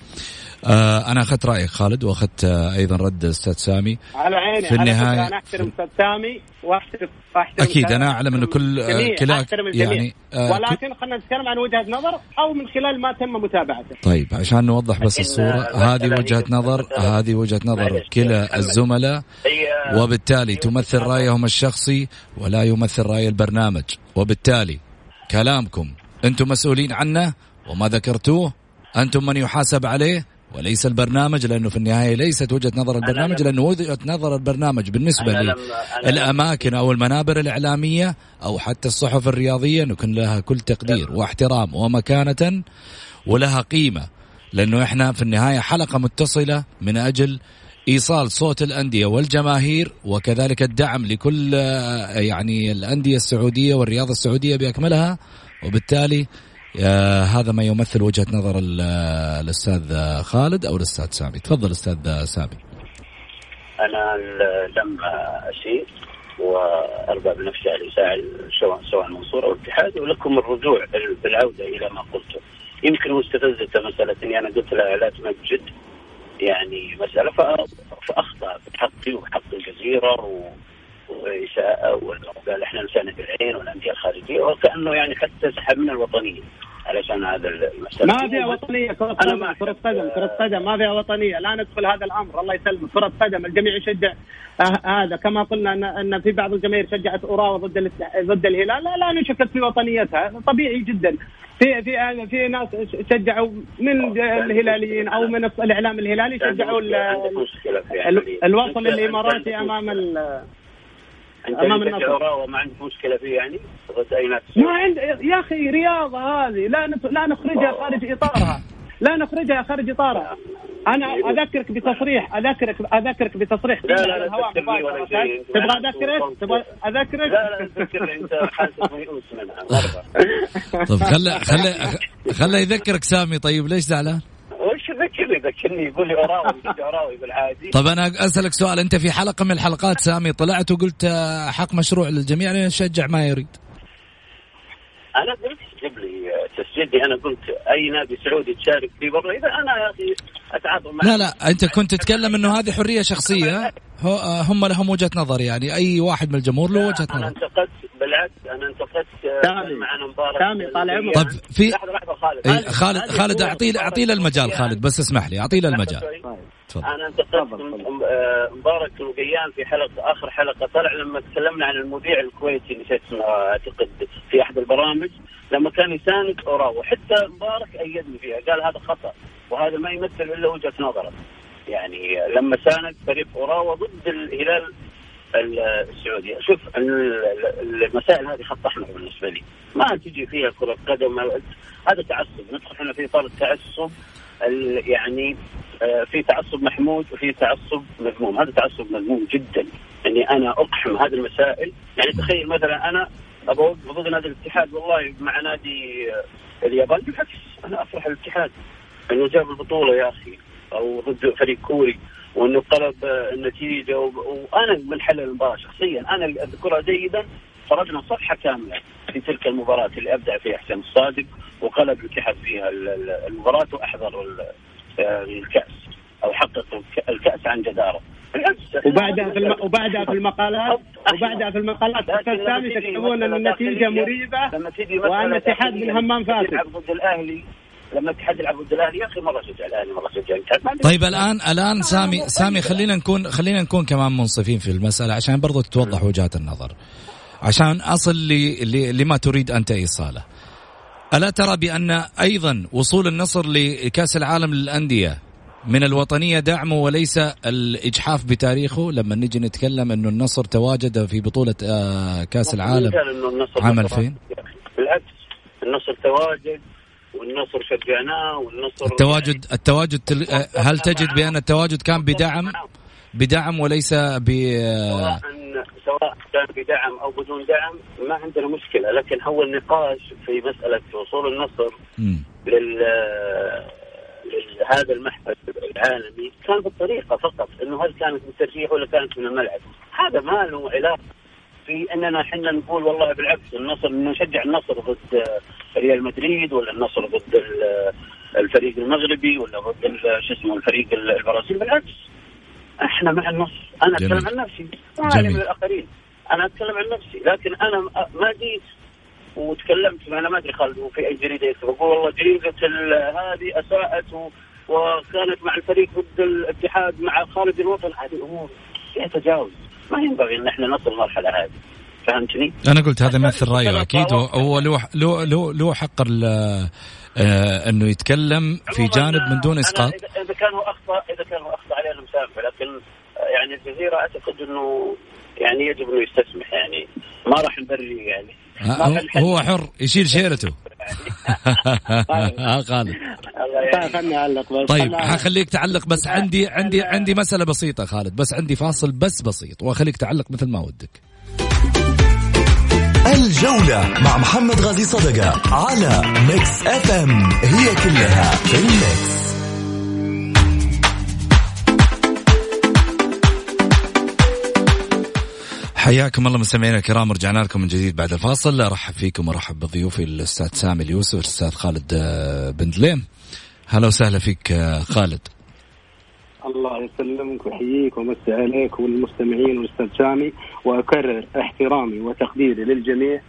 آه أنا أخذت رأيك خالد، وأخذت آه أيضا رد أستاذ سامي. على عيني، في النهاية أنا أحترم أستاذ سامي وأحترم أكيد أنا أعلم أنه كل آه كلا يعني آه ولكن خلنا نتكلم عن وجهة نظر أو من خلال ما تم متابعته. طيب عشان نوضح بس الصورة، هذه وجهة نظر هذه وجهة نظر كلا الزملاء، وبالتالي تمثل رأيهم الشخصي ولا يمثل رأي البرنامج، وبالتالي كلامكم أنتم مسؤولين عنه، وما ذكرتوه أنتم من يحاسب عليه وليس البرنامج، لأنه في النهاية ليست وجهة نظر البرنامج، لأنه وجهة نظر البرنامج بالنسبة للأماكن أو المنابر الإعلامية أو حتى الصحف الرياضية نكون لها كل تقدير واحترام ومكانة ولها قيمة، لأنه إحنا في النهاية حلقة متصلة من أجل إيصال صوت الأندية والجماهير، وكذلك الدعم لكل يعني الأندية السعودية والرياضة السعودية بأكملها، وبالتالي آه هذا ما يمثل وجهة نظر الأستاذ خالد أو الأستاذ سامي. تفضل أستاذ سامي. أنا لم أشيء وأربع بنفسي على ساعة سواء سواء المنصورة أو الاتحاد، ولكم الرجوع بالعودة إلى ما قلته. يمكن مستفزة مسألة إني أنا قلت لها لا تمجد يعني مسألة فأخطأ بحقي وحق الجزيرة و وإساءة، وقال إحنا نساند العين والأندية الخارجية، وكأنه يعني حتى سحب من الوطنية علشان هذا المسألة. ما فيها وطنية، كرة قدم كرة قدم كرة قدم ما فيها وطنية، لا ندخل هذا الأمر. الله يسلمك، كرة قدم الجميع يشجع آه هذا، كما قلنا أن أن في بعض الجماهير شجعت أوراوا ضد ضد الهلال، لا لا نشكك في وطنيتها، طبيعي جدا. في في في ناس شجعوا من الهلاليين أو من الإعلام الهلالي شجعوا الوطن الإماراتي أمام ال أمام النصر. وما عندك مشكلة فيه يعني؟ ما عند يا أخي، رياضة هذه لا نف... لا نخرجها خارج إطارها، لا نخرجها خارج إطارها. أنا أذكرك بتصريح أذكرك أذكرك بتصريح لا لا لا تبغى أذكرك تبغى أذكرك لا لا تذكرني أنت حاسس ميؤوس منها. طب خلى خلى خلى يذكرك سامي. طيب ليش زعلان؟ وش ذكرني ذكرني يقول لي أراوي أراوي بالعادي. طب أنا أسألك سؤال، أنت في حلقة من الحلقات سامي طلعت وقلت حق مشروع للجميع نشجع ما يريد؟ أنا قلت جيب لي تسجيلي، أنا قلت أي نادي سعودي تشارك فيه برا، إذا أنا يا أخي أتعاطى معه. لا لا أنت كنت تتكلم إنه هذه حرية شخصية، هم لهم وجهة نظر، يعني أي واحد من الجمهور له وجهة نظر. أنا انتقدت بالعكس، أنا انتقدت معنا مبارك سامي طالع عمره. طب في لحظة لحظة خالد إيه خالد خالد أعطي أعطي له المجال خالد، بس اسمح لي أعطي له المجال. أنا انتقدت مبارك القيان في حلقة آخر حلقة طلع لما تكلمنا عن المذيع الكويتي نسيت اسمه أعتقد في أحد البرامج، لما كان يساند أوراوا، حتى مبارك أيدني فيها، قال هذا خطأ وهذا ما يمثل إلا وجهة نظره. يعني لما ساند فريق أوراوا ضد الهلال السعودي. شوف المسائل هذه خط أحمر بالنسبة لي، ما تجي فيها كرة قدم، هذا تعصب، ندخل احنا في إطار التعصب، يعني في تعصب محمود وفي تعصب مذموم. هذا تعصب مذموم جدا، يعني أنا أقحم هذه المسائل. يعني تخيل مثلا أنا ابغى ضد نادي الاتحاد والله مع نادي اليابان. بالعكس انا افرح الاتحاد انه جاب البطوله يا اخي، او ضد فريق كوري وانه قلب النتيجه. وانا من حل المباراه شخصيا انا اذكرها جيدا، خرجنا صفحه كامله في تلك المباراه اللي ابدع فيها حسين الصادق وقلب الاتحاد فيها المباراه واحضر الكاس او حقق الكاس عن جداره. وبعدها في الم... وبعدها في المقالات وبعدها في المقالات استاذ سامي تكتبون ان النتيجه مريبه وان الاتحاد من همام فاسد ضد الاهلي. لما الاتحاد يلعب ضد الاهلي يا اخي مره شجع الاهلي مره شجع الاتحاد. طيب الان الان سامي سامي خلينا نكون خلينا نكون كمان منصفين في المساله عشان برضو تتوضح وجهات النظر، عشان اصل لي لما تريد انت ايصاله. الا ترى بان ايضا وصول النصر لكاس العالم للانديه من الوطنية دعمه وليس الإجحاف بتاريخه؟ لما نيجي نتكلم أنه النصر تواجد في بطولة كاس العالم عام ألفين. بالعكس النصر تواجد والنصر شجعناه والنصر التواجد التواجد تل... هل تجد بأن التواجد كان بدعم بدعم وليس ب سواء سواء كان بدعم أو بدون دعم ما عندنا مشكلة، لكن هو النقاش في مسألة وصول النصر م. لل هذا المحفل العالمي كان بالطريقة فقط انه هل كانت من الترجيح ولا كانت من الملعب. هذا ما له علاقة في اننا حنا نقول والله بالعكس النصر نشجع النصر ضد ريال مدريد ولا النصر ضد الفريق المغربي ولا ضد شو اسمه الفريق البرازيلي. بالعكس احنا مع النصر. انا اتكلم عن نفسي ما من الاخرين، انا اتكلم عن نفسي. لكن انا ما جيت وتكلمت انا ما ادري خالد وفي اي جريده يكتب اقول والله جريده هذه اساءت وكانت مع الفريق ضد الاتحاد مع خالد الوطن. هذه الامور فيها تجاوز، ما ينبغي ان احنا نصل المرحله هذه. فهمتني؟ انا قلت هذا مثل رايه اكيد، هو له له له حق انه يتكلم في جانب من دون اسقاط. اذا كانوا اخطا اذا كانوا اخطا علينا مسامحه، لكن يعني الجزيره اعتقد انه يعني يجب انه يستسمح، يعني ما راح نبري يعني هو حر يشيل شيرته. ها خالد طيب هخليك تعلق، بس عندي عندي عندي مسألة بسيطة خالد، بس عندي فاصل بس بسيط وأخليك تعلق مثل ما ودك. الجولة مع محمد غازي صدقة على ميكس اف ام، هي كلها في الميكس. حياكم الله مستمعينا الكرام، رجعنا لكم من جديد بعد الفاصل. ارحب فيكم وارحب بضيوفي الاستاذ سامي اليوسف والاستاذ خالد بن دليم. هلا وسهلا فيك خالد. الله يسلمك ويحييك ومسي عليك والمستمعين والاستاذ سامي، واكرر احترامي وتقديري للجميع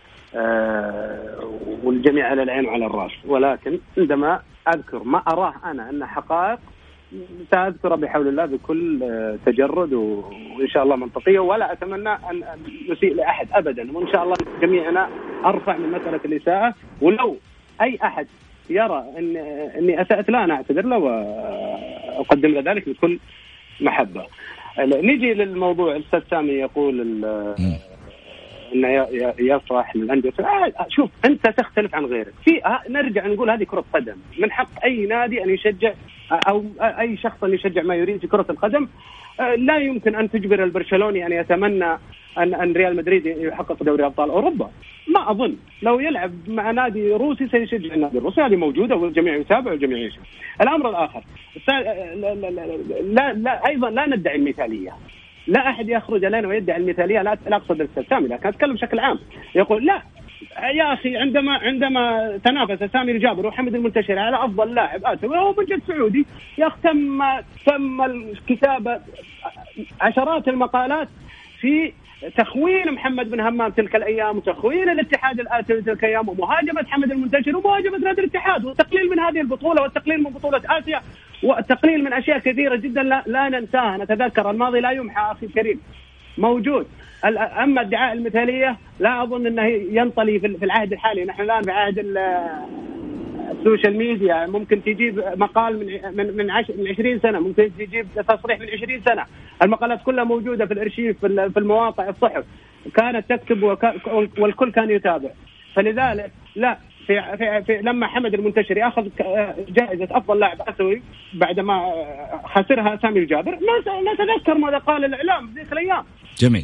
آه والجميع على العين وعلى الراس، ولكن عندما اذكر ما اراه انا ان حقائق سأذكر بحول الله بكل تجرد وإن شاء الله منطقية، ولا أتمنى أن نسيء لأحد أبدا، وإن شاء الله جميعنا أرفع من مسألة الإساءة. ولو أي أحد يرى أن أني أسأت لا أنا أعتذر له وأقدم له ذلك بكل محبة. نيجي للموضوع. الأستاذ سامي يقول أنه يفرح للأندية. شوف أنت تختلف عن غيرك في نرجع نقول هذه كرة قدم، من حق أي نادي أن يشجع أو أي شخص أن يشجع ما يريد في كرة القدم. لا يمكن أن تجبر البرشلوني أن يتمنى أن أن ريال مدريد يحقق دوري أبطال أوروبا. ما أظن لو يلعب مع نادي روسي سيشجع النادي الروسي، هذه موجودة والجميع يتابع والجميع يشوف. الأمر الآخر لا, لا, لا, لا, لا أيضا لا ندعي المثالية، لا أحد يخرج لنا ويدعي المثالية. لا أقصد الأستاذ سامي، لكن أتكلم بشكل عام. يقول لا يا أخي عندما عندما تنافس سامي الجابر وحمد المنتشر على أفضل لاعب آسيوي وهو منجد سعودي، يختم تم الكتابة عشرات المقالات في تخوين محمد بن همام تلك الأيام وتخوين الاتحاد الآسيوي تلك الأيام ومهاجمة حمد المنتشر ومهاجمة نادي الاتحاد والتقليل من هذه البطولة والتقليل من بطولة آسيا والتقليل من أشياء كثيرة جدا لا, لا ننساها. نتذكر الماضي لا يمحى أخي الكريم موجود. أما ادعاء المثالية لا أظن أنه ينطلي في العهد الحالي. نحن الآن في عهد السوشيال ميديا، ممكن تجيب مقال من من من, عش من عشرين سنة، ممكن تجيب تصريح من عشرين سنة. المقالات كلها موجودة في الارشيف في المواقع الصحف، كانت تكتب والكل كان يتابع. فلذلك لا في, في, في لما حمد المنتشر ياخذ جائزة أفضل لاعب آسيوي بعدما خسرها سامي الجابر، لا نتذكر ماذا قال الإعلام ذيك الأيام. جميل.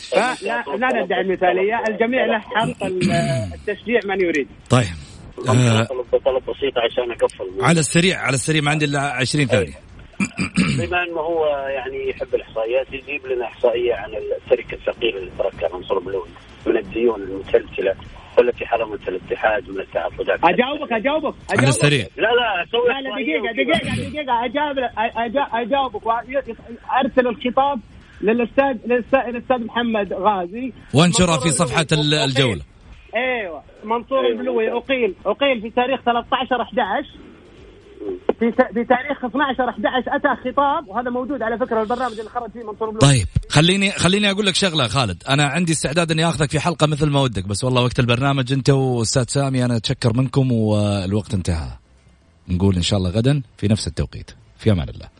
لا لا ندعي المثالية، الجميع له حق التشجيع من يريد. طيب آه طلب بسيط عشان أقفل على السريع على السريع، ما عندي إلا عشرين ثانية. بما أنه هو يعني يحب الإحصائيات، يجيب لنا إحصائية عن التركة الثقيلة اللي تركها عنصر بلوي من الديون المتسلسلة والتي حرمت الاتحاد من التعاقدات. أجاوبك أجاوبك على السريع. لا لا سوي لا لا دقيقة دقيقة دقيقة أجاب أجاوبك وأرسل الخطاب للأستاذ للأستاذ محمد غازي وانشرها في صفحة الجولة. ايوه منصور البلوي اقيل اقيل في تاريخ ثلاثة عشر أحد عشر، في في تاريخ اثنا عشر أحد عشر اتى خطاب، وهذا موجود على فكره البرنامج اللي خرج فيه منصور البلوي. طيب خليني خليني اقول لك شغله خالد، انا عندي استعداد اني اخذك في حلقه مثل ما ودك، بس والله وقت البرنامج انت واستاذ سامي انا اتشكر منكم والوقت انتهى. نقول ان شاء الله غدا في نفس التوقيت. في امان الله.